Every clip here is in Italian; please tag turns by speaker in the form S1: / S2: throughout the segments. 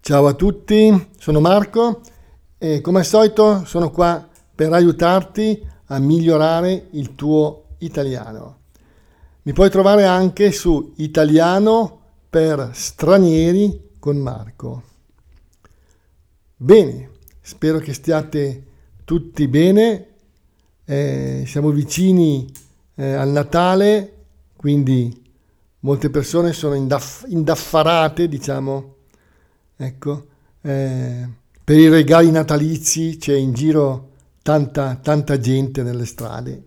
S1: Ciao a tutti, sono Marco e come al solito sono qua per aiutarti a migliorare il tuo italiano. Mi puoi trovare anche su Italiano per Stranieri con Marco. Bene, spero che stiate tutti bene. Siamo vicini al Natale, quindi molte persone sono indaffarate, diciamo. Ecco, per i regali natalizi c'è in giro tanta gente nelle strade.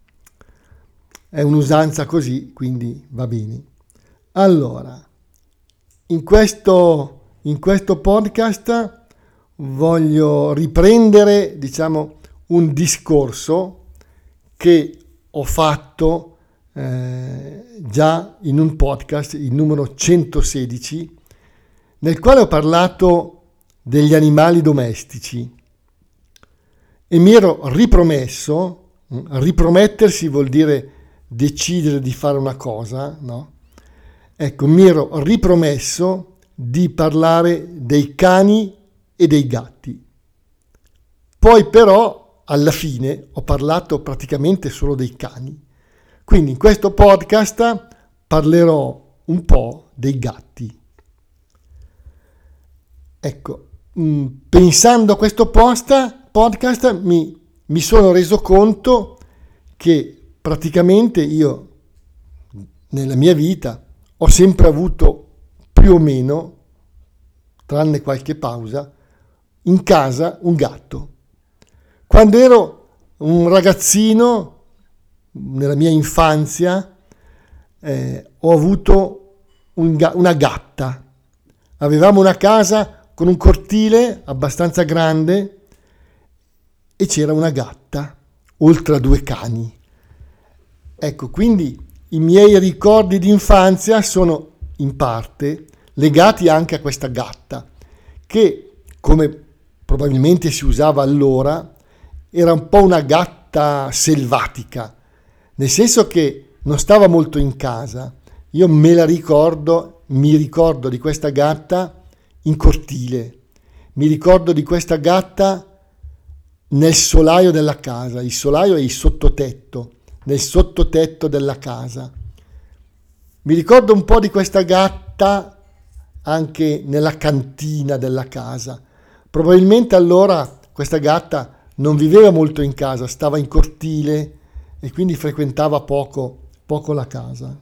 S1: È un'usanza così, quindi va bene. Allora, in questo podcast voglio riprendere, diciamo, un discorso che ho fatto già in un podcast, il numero 116, nel quale ho parlato degli animali domestici e mi ero ripromesso, ripromettersi vuol dire decidere di fare una cosa, no? Ecco, mi ero ripromesso di parlare dei cani e dei gatti. Poi però alla fine ho parlato praticamente solo dei cani. Quindi in questo podcast parlerò un po' dei gatti. Ecco, pensando a questo podcast mi sono reso conto che praticamente io nella mia vita ho sempre avuto più o meno, tranne qualche pausa, in casa un gatto. Quando ero un ragazzino, nella mia infanzia, ho avuto una gatta. Avevamo una casa con un cortile abbastanza grande e c'era una gatta, oltre a 2 cani. Ecco, quindi i miei ricordi di infanzia sono in parte legati anche a questa gatta, che, come probabilmente si usava allora, era un po' una gatta selvatica, nel senso che non stava molto in casa. Io mi ricordo di questa gatta in cortile, mi ricordo di questa gatta nel solaio della casa. Il solaio è il sottotetto, nel sottotetto della casa. Mi ricordo un po' di questa gatta anche nella cantina della casa. Probabilmente allora questa gatta non viveva molto in casa, stava in cortile e quindi frequentava poco la casa.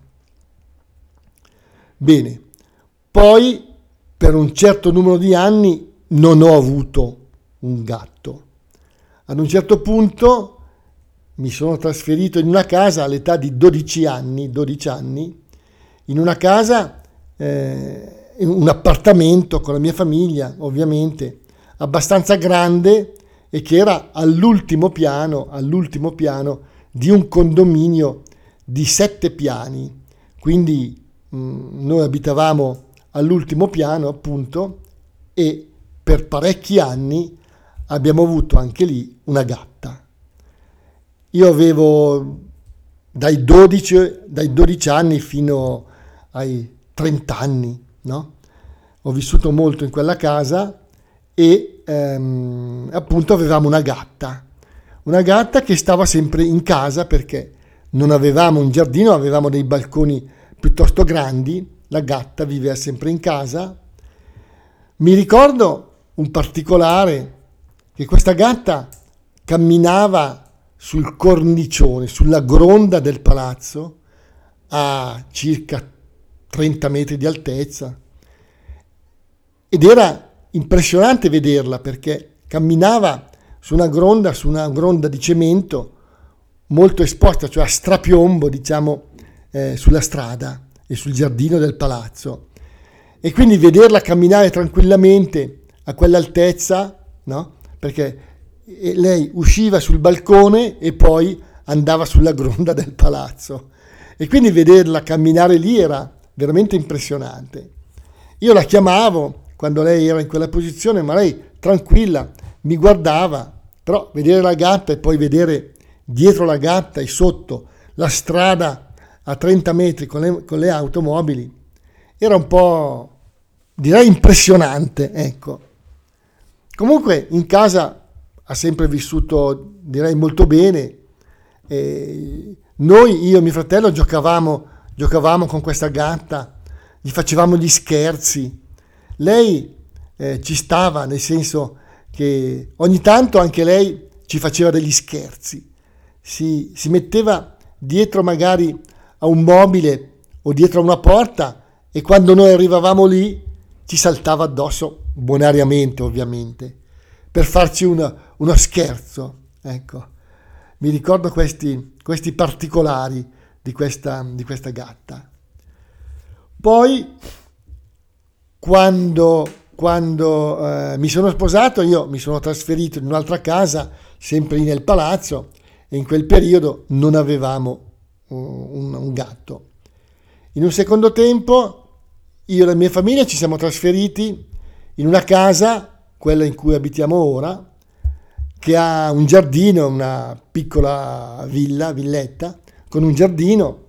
S1: Bene, poi per un certo numero di anni non ho avuto un gatto. Ad un certo punto mi sono trasferito in una casa all'età di 12 anni, in una casa, in un appartamento con la mia famiglia, ovviamente, abbastanza grande e che era all'ultimo piano di un condominio di 7 piani. Quindi noi abitavamo all'ultimo piano, appunto, e per parecchi anni abbiamo avuto anche lì una gatta. Io avevo dai 12 anni fino ai 30 anni, no? Ho vissuto molto in quella casa e appunto avevamo una gatta che stava sempre in casa perché non avevamo un giardino, avevamo dei balconi piuttosto grandi. La gatta viveva sempre in casa. Mi ricordo un particolare, che questa gatta camminava sul cornicione, sulla gronda del palazzo, a circa 30 metri di altezza. Ed era impressionante vederla perché camminava su una gronda di cemento molto esposta, cioè a strapiombo, diciamo, sulla strada e sul giardino del palazzo, e quindi vederla camminare tranquillamente a quell'altezza, no? Perché lei usciva sul balcone e poi andava sulla gronda del palazzo, e quindi vederla camminare lì era veramente impressionante. Io la chiamavo quando lei era in quella posizione, ma lei tranquilla mi guardava, però vedere la gatta e poi vedere dietro la gatta e sotto la strada a 30 metri con le automobili era un po' direi impressionante, ecco. Comunque in casa ha sempre vissuto, direi, molto bene. Noi, io e mio fratello, giocavamo con questa gatta, gli facevamo gli scherzi. Lei ci stava, nel senso che ogni tanto anche lei ci faceva degli scherzi. Si metteva dietro magari a un mobile o dietro a una porta e quando noi arrivavamo lì ci saltava addosso, bonariamente ovviamente, per farci uno scherzo. Ecco, mi ricordo questi particolari di questa gatta. Poi quando mi sono sposato, io mi sono trasferito in un'altra casa, sempre lì nel palazzo, e in quel periodo non avevamo un gatto. In un secondo tempo io e la mia famiglia ci siamo trasferiti in una casa, quella in cui abitiamo ora, che ha un giardino, una piccola villetta con un giardino,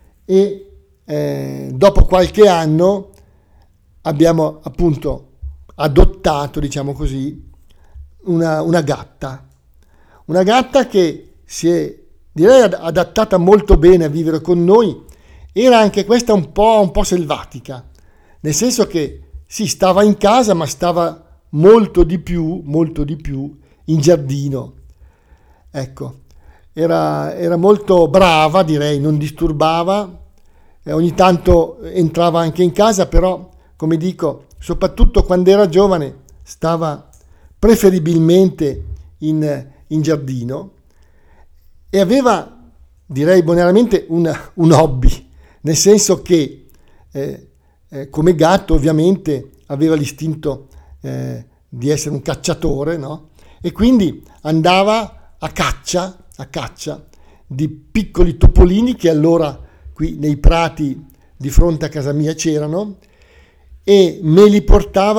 S1: e dopo qualche anno abbiamo appunto adottato, diciamo così, una gatta che si è, direi, adattata molto bene a vivere con noi. Era anche questa un po' selvatica, nel senso che sì, stava in casa, ma stava molto di più in giardino. Ecco, era molto brava, direi, non disturbava, ogni tanto entrava anche in casa, però, come dico, soprattutto quando era giovane, stava preferibilmente in giardino e aveva, direi bonariamente, un hobby, nel senso che come gatto ovviamente aveva l'istinto di essere un cacciatore, no? E quindi andava a caccia di piccoli topolini che allora qui nei prati di fronte a casa mia c'erano, e me li portava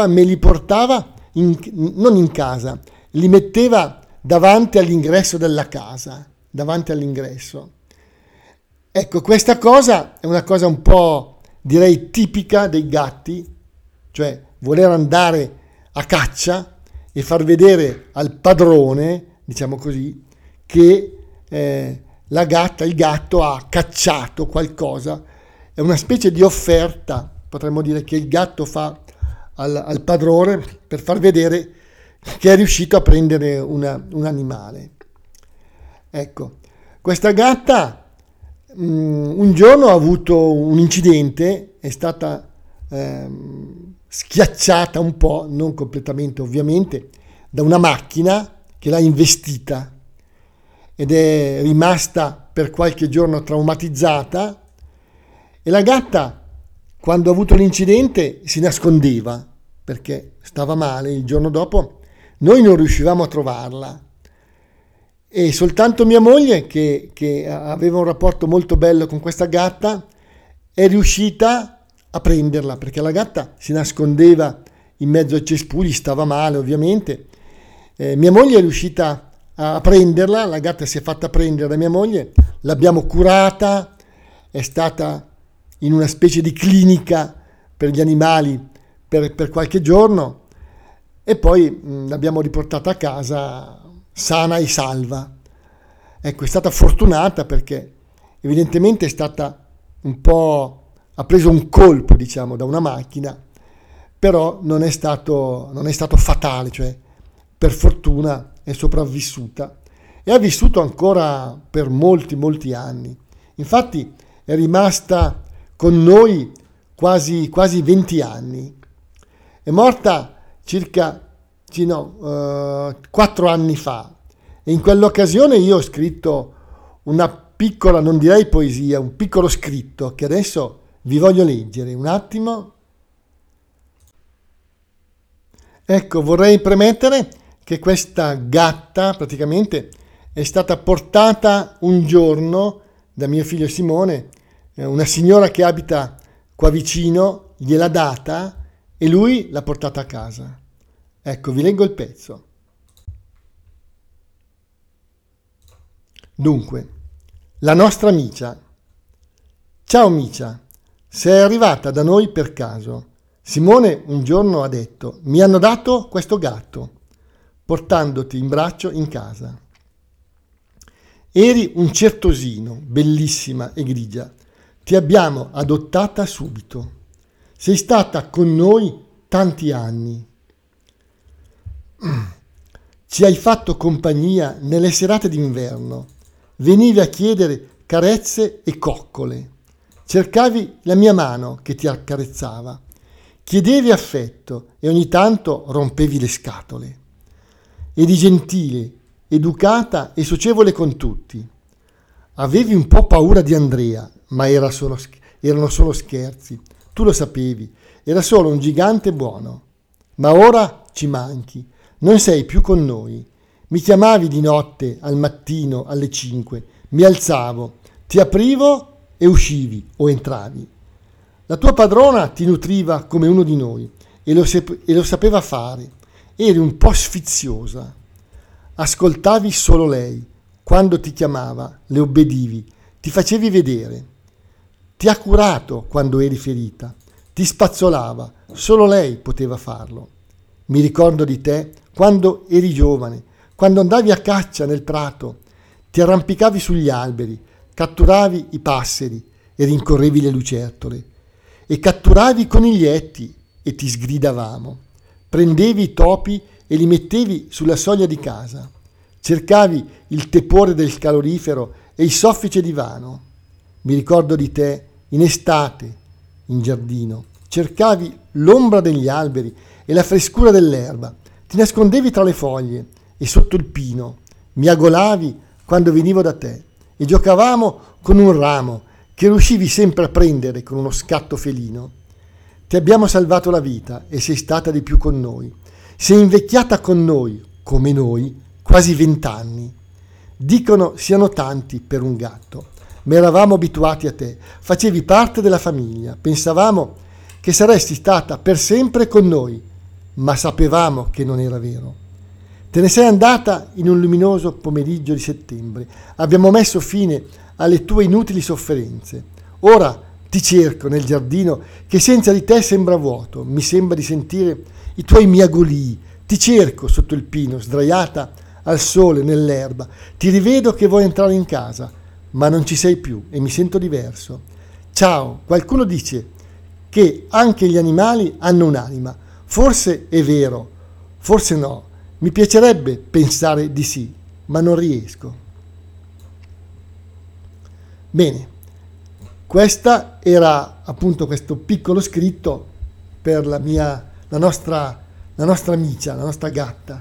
S1: non in casa, li metteva davanti all'ingresso della casa, davanti all'ingresso. Ecco, questa cosa è una cosa un po', direi, tipica dei gatti, cioè voler andare a caccia e far vedere al padrone, diciamo così, che il gatto ha cacciato qualcosa. È una specie di offerta, potremmo dire, che il gatto fa al padrone per far vedere che è riuscito a prendere un animale. Ecco, questa gatta un giorno ha avuto un incidente, è stata schiacciata un po', non completamente ovviamente, da una macchina che l'ha investita ed è rimasta per qualche giorno traumatizzata, e la gatta, quando ha avuto l'incidente, si nascondeva perché stava male. Il giorno dopo noi non riuscivamo a trovarla e soltanto mia moglie, che aveva un rapporto molto bello con questa gatta, è riuscita a prenderla, perché la gatta si nascondeva in mezzo ai cespugli, stava male ovviamente. Mia moglie è riuscita a prenderla, la gatta si è fatta prendere da mia moglie, l'abbiamo curata, è stata in una specie di clinica per gli animali per qualche giorno e poi l'abbiamo riportata a casa sana e salva. Ecco, è stata fortunata perché evidentemente è stata ha preso un colpo, diciamo, da una macchina, però non è stato fatale, cioè per fortuna è sopravvissuta e ha vissuto ancora per molti anni. Infatti è rimasta con noi quasi 20 anni. È morta circa 4 anni fa e in quell'occasione io ho scritto una piccola, non direi poesia, un piccolo scritto che adesso vi voglio leggere un attimo. Ecco, vorrei premettere che questa gatta praticamente è stata portata un giorno da mio figlio Simone, una signora che abita qua vicino gliel'ha data e lui l'ha portata a casa. Ecco, vi leggo il pezzo. Dunque, la nostra Micia. Ciao Micia, sei arrivata da noi per caso. Simone un giorno ha detto: mi hanno dato questo gatto, portandoti in braccio in casa. Eri un certosino, bellissima e grigia. Ti abbiamo adottata subito. Sei stata con noi tanti anni. Ci hai fatto compagnia nelle serate d'inverno. Venivi a chiedere carezze e coccole. Cercavi la mia mano che ti accarezzava. Chiedevi affetto e ogni tanto rompevi le scatole. Eri gentile, educata e socievole con tutti. Avevi un po' paura di Andrea, ma erano solo scherzi. Tu lo sapevi, era solo un gigante buono. Ma ora ci manchi, non sei più con noi. Mi chiamavi di notte, al mattino, alle 5. Mi alzavo, ti aprivo e uscivi o entravi. La tua padrona ti nutriva come uno di noi e lo sapeva fare. Eri un po' sfiziosa. Ascoltavi solo lei. Quando ti chiamava, le obbedivi, ti facevi vedere. Ti ha curato quando eri ferita. Ti spazzolava. Solo lei poteva farlo. Mi ricordo di te quando eri giovane, quando andavi a caccia nel prato, ti arrampicavi sugli alberi, catturavi i passeri e rincorrevi le lucertole, e catturavi i coniglietti e ti sgridavamo. Prendevi i topi e li mettevi sulla soglia di casa. Cercavi il tepore del calorifero e il soffice divano. Mi ricordo di te in estate, in giardino. Cercavi l'ombra degli alberi e la frescura dell'erba. Ti nascondevi tra le foglie e sotto il pino. Mi agolavi quando venivo da te e giocavamo con un ramo che riuscivi sempre a prendere con uno scatto felino. Ti abbiamo salvato la vita e sei stata di più con noi. Sei invecchiata con noi, come noi, quasi 20 anni. Dicono siano tanti per un gatto, ma eravamo abituati a te. Facevi parte della famiglia. Pensavamo che saresti stata per sempre con noi, ma sapevamo che non era vero. Te ne sei andata in un luminoso pomeriggio di settembre. Abbiamo messo fine alle tue inutili sofferenze. Ora ti cerco nel giardino che senza di te sembra vuoto. Mi sembra di sentire i tuoi miagolii. Ti cerco sotto il pino, sdraiata al sole, nell'erba. Ti rivedo che vuoi entrare in casa, ma non ci sei più e mi sento diverso. Ciao, qualcuno dice che anche gli animali hanno un'anima. Forse è vero, forse no. Mi piacerebbe pensare di sì, ma non riesco. Bene, questa era appunto questo piccolo scritto per la nostra amicia, la nostra gatta.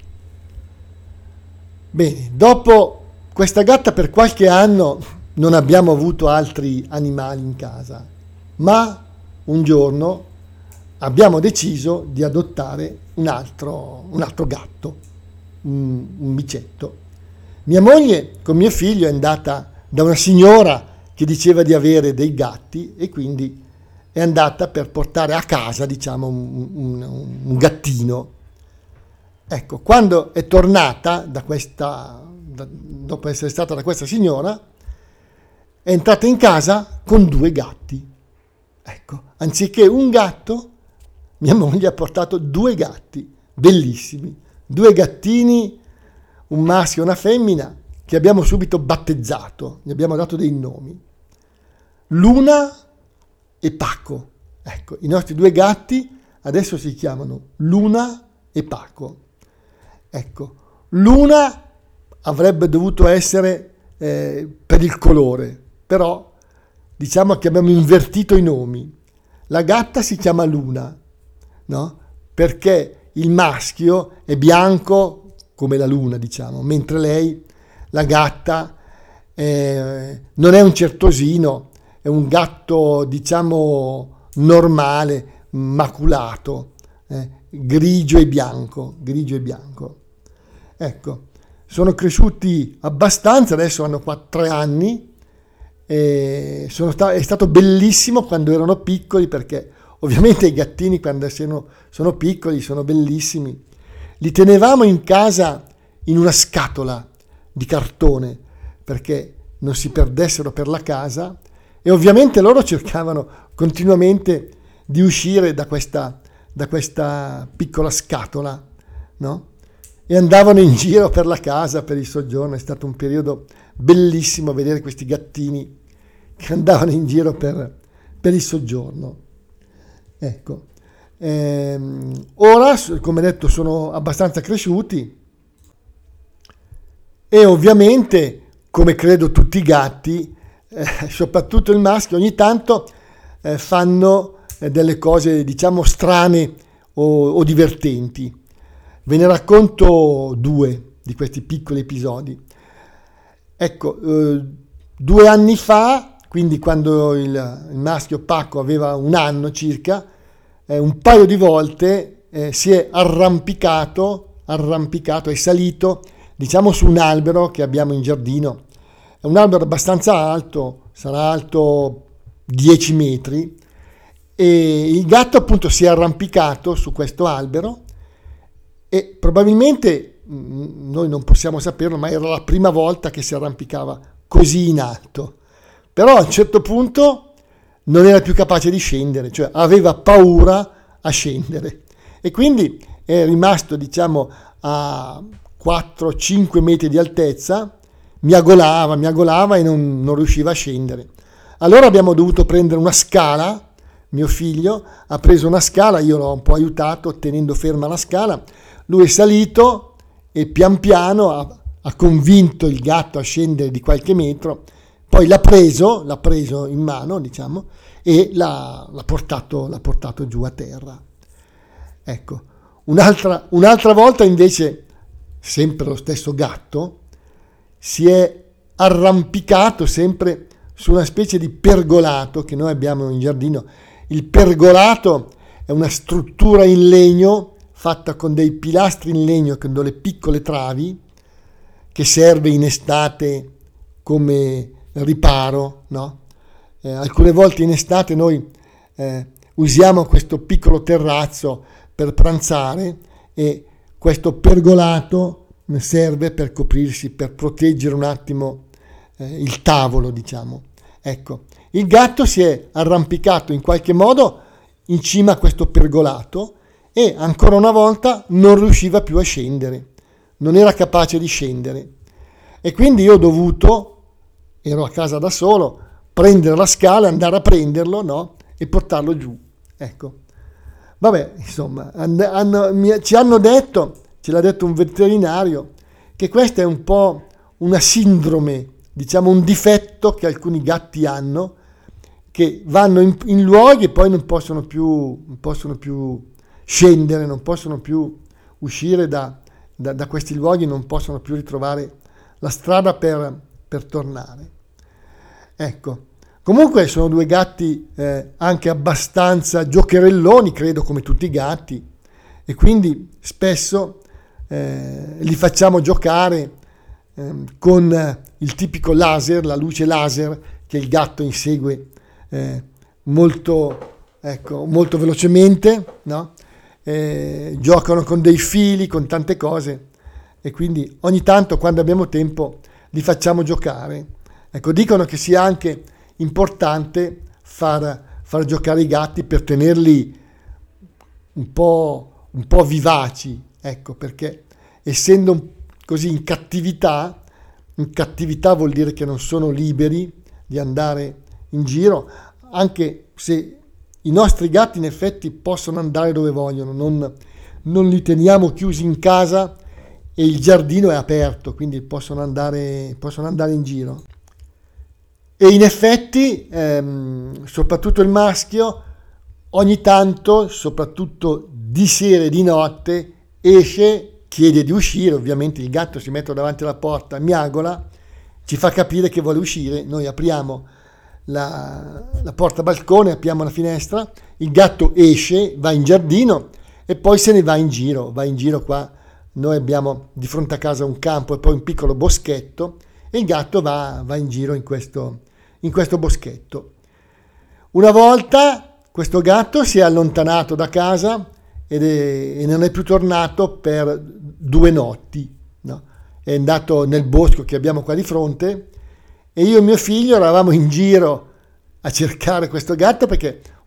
S1: Bene, dopo questa gatta per qualche anno non abbiamo avuto altri animali in casa, ma un giorno abbiamo deciso di adottare un altro gatto, un micetto. Mia moglie con mio figlio è andata da una signora che diceva di avere dei gatti e quindi è andata per portare a casa, diciamo, un gattino. Ecco, quando è tornata dopo essere stata da questa signora, è entrata in casa con 2 gatti. Ecco, anziché un gatto, mia moglie ha portato 2 gatti, bellissimi, 2 gattini, un maschio e una femmina, che abbiamo subito battezzato, gli abbiamo dato dei nomi. Luna e Paco. Ecco, i nostri 2 gatti adesso si chiamano Luna e Paco. Ecco, Luna avrebbe dovuto essere per il colore, però diciamo che abbiamo invertito i nomi. La gatta si chiama Luna, no? Perché il maschio è bianco come la luna, diciamo, mentre lei, la gatta, non è un certosino, è un gatto, diciamo, normale, maculato, grigio e bianco. Ecco, sono cresciuti abbastanza, adesso hanno 3 anni, è stato bellissimo quando erano piccoli, perché ovviamente i gattini quando sono piccoli sono bellissimi. Li tenevamo in casa in una scatola di cartone perché non si perdessero per la casa, e ovviamente loro cercavano continuamente di uscire da questa piccola scatola, no? E andavano in giro per la casa, per il soggiorno. È stato un periodo bellissimo vedere questi gattini che andavano in giro per il soggiorno. Ecco. Ora, come detto, sono abbastanza cresciuti e ovviamente, come credo tutti i gatti, soprattutto il maschio, ogni tanto fanno delle cose, diciamo, strane o divertenti. Ve ne racconto 2 di questi piccoli episodi. Ecco, 2 anni fa, quindi quando il maschio Paco aveva 1 anno circa, un paio di volte si è arrampicato, è salito, diciamo, su un albero che abbiamo in giardino. È un albero abbastanza alto, sarà alto 10 metri, e il gatto appunto si è arrampicato su questo albero e probabilmente, noi non possiamo saperlo, ma era la prima volta che si arrampicava così in alto. Però a un certo punto non era più capace di scendere, cioè aveva paura a scendere, e quindi è rimasto, diciamo, a 4-5 metri di altezza, miagolava e non riusciva a scendere. Allora abbiamo dovuto prendere una scala. Mio figlio ha preso una scala, io l'ho un po' aiutato tenendo ferma la scala. Lui è salito e pian piano ha convinto il gatto a scendere di qualche metro, poi l'ha preso in mano, diciamo, e l'ha portato giù a terra. Ecco, un'altra volta invece, sempre lo stesso gatto, si è arrampicato sempre su una specie di pergolato che noi abbiamo in giardino. Il pergolato è una struttura in legno fatta con dei pilastri in legno, con delle piccole travi, che serve in estate come riparo, no? Alcune volte in estate noi usiamo questo piccolo terrazzo per pranzare, e questo pergolato serve per coprirsi, per proteggere un attimo il tavolo, diciamo. Ecco, il gatto si è arrampicato in qualche modo in cima a questo pergolato e ancora una volta non riusciva più a scendere, non era capace di scendere, e quindi io ero a casa da solo, prendere la scala, andare a prenderlo, no? E portarlo giù. Ecco, vabbè, insomma, ce l'ha detto un veterinario, che questa è un po' una sindrome, diciamo un difetto che alcuni gatti hanno, che vanno in luoghi e poi non possono più scendere, non possono più uscire da questi luoghi, non possono più ritrovare la strada per tornare. Ecco, comunque sono 2 gatti anche abbastanza giocherelloni, credo, come tutti i gatti, e quindi spesso li facciamo giocare con il tipico laser, la luce laser che il gatto insegue molto velocemente, no? Giocano con dei fili, con tante cose, e quindi ogni tanto, quando abbiamo tempo, li facciamo giocare. Ecco, dicono che sia anche importante far giocare i gatti per tenerli un po' vivaci, ecco, perché essendo così in cattività vuol dire che non sono liberi di andare in giro, anche se i nostri gatti in effetti possono andare dove vogliono, non li teniamo chiusi in casa e il giardino è aperto, quindi possono andare in giro. E in effetti, soprattutto il maschio, ogni tanto, soprattutto di sera e di notte, esce, chiede di uscire, ovviamente il gatto si mette davanti alla porta, miagola, ci fa capire che vuole uscire, noi apriamo la porta balcone, apriamo la finestra, il gatto esce, va in giardino e poi se ne va in giro qua. Noi abbiamo di fronte a casa un campo e poi un piccolo boschetto, e il gatto va in giro in questo boschetto. Una volta questo gatto si è allontanato da casa e non è più tornato per 2 notti, no? È andato nel bosco che abbiamo qua di fronte, e io e mio figlio eravamo in giro a cercare questo gatto, perché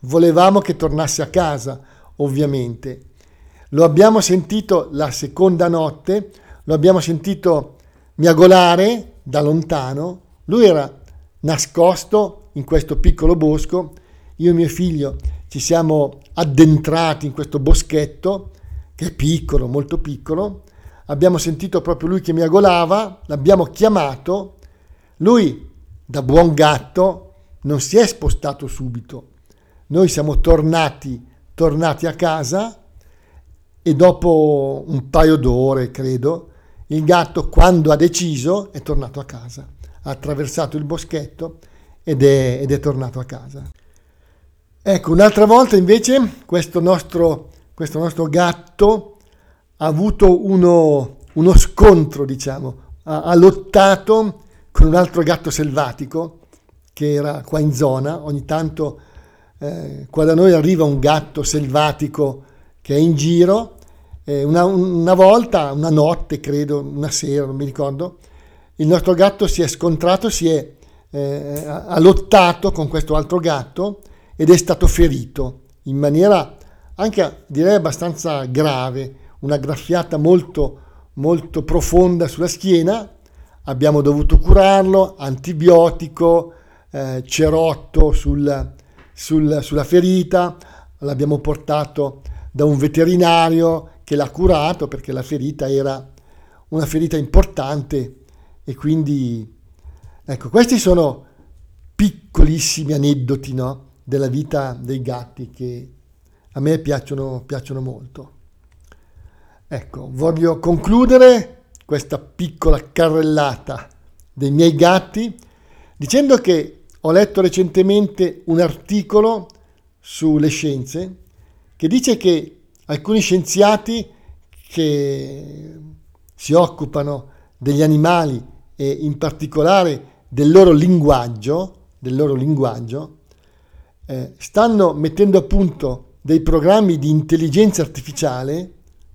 S1: volevamo che tornasse a casa, ovviamente. Lo abbiamo sentito la seconda notte, lo abbiamo sentito miagolare da lontano. Lui era nascosto in questo piccolo bosco. Io e mio figlio ci siamo addentrati in questo boschetto, che è piccolo, molto piccolo. Abbiamo sentito proprio lui che miagolava, l'abbiamo chiamato. Lui, da buon gatto, non si è spostato subito. Noi siamo tornati a casa e dopo un paio d'ore, credo, il gatto, quando ha deciso, è tornato a casa. Ha attraversato il boschetto ed è tornato a casa. Ecco, un'altra volta invece questo nostro gatto ha avuto uno scontro, diciamo, ha lottato con un altro gatto selvatico che era qua in zona. Ogni tanto qua da noi arriva un gatto selvatico che è in giro. Una volta, una notte credo, una sera, non mi ricordo, il nostro gatto si è scontrato, ha lottato con questo altro gatto ed è stato ferito in maniera anche, direi, abbastanza grave, una graffiata molto, molto profonda sulla schiena. Abbiamo dovuto curarlo, antibiotico, cerotto sulla ferita, l'abbiamo portato da un veterinario che l'ha curato perché la ferita era una ferita importante e quindi, ecco, questi sono piccolissimi aneddoti, no, della vita dei gatti che a me piacciono molto. Ecco, voglio concludere questa piccola carrellata dei miei gatti dicendo che ho letto recentemente un articolo sulle scienze che dice che alcuni scienziati che si occupano degli animali e in particolare del loro linguaggio, stanno mettendo a punto dei programmi di intelligenza artificiale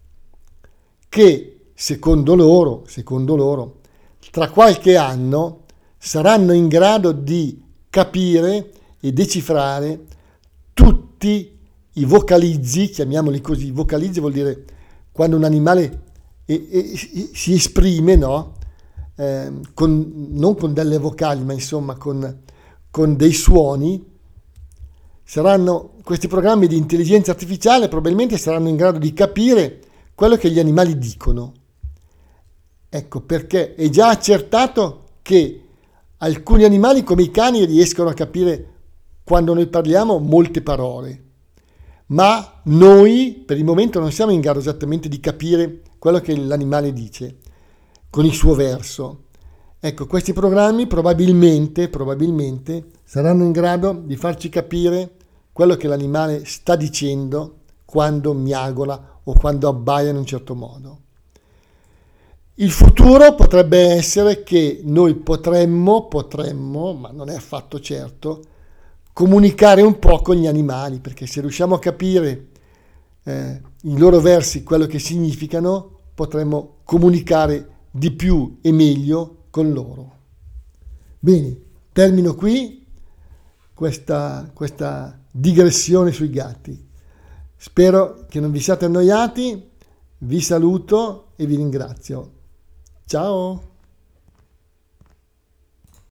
S1: che, secondo loro, tra qualche anno saranno in grado di capire e decifrare tutti i vocalizzi, chiamiamoli così. Vocalizzi vuol dire quando un animale si esprime, no? Non con delle vocali, ma insomma con dei suoni. Questi programmi di intelligenza artificiale probabilmente saranno in grado di capire quello che gli animali dicono. Ecco perché è già accertato che alcuni animali, come i cani, riescono a capire, quando noi parliamo, molte parole, ma noi per il momento non siamo in grado esattamente di capire quello che l'animale dice con il suo verso. Ecco, questi programmi probabilmente saranno in grado di farci capire quello che l'animale sta dicendo quando miagola o quando abbaia in un certo modo. Il futuro potrebbe essere che noi potremmo, ma non è affatto certo, comunicare un po' con gli animali, perché se riusciamo a capire i loro versi, quello che significano, potremmo comunicare di più e meglio con loro. Bene, termino qui questa digressione sui gatti. Spero che non vi siate annoiati, vi saluto e vi ringrazio. Ciao!